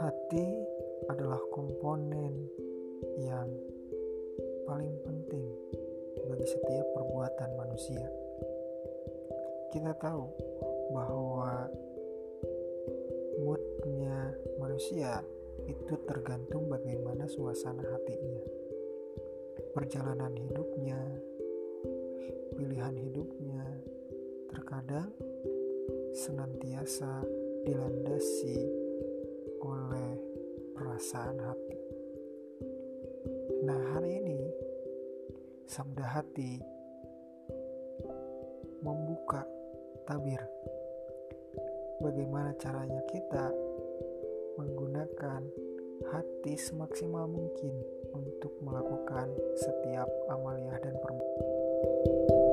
Hati adalah komponen yang paling penting bagi setiap perbuatan manusia. Kita tahu bahwa moodnya manusia itu tergantung bagaimana suasana hatinya, perjalanan hidupnya, pilihan hidupnya, terkadang senantiasa dilandasi oleh perasaan hati. Nah, hari ini Sabda Hati membuka tabir bagaimana caranya kita menggunakan hati semaksimal mungkin untuk melakukan setiap amaliyah dan perbuatan.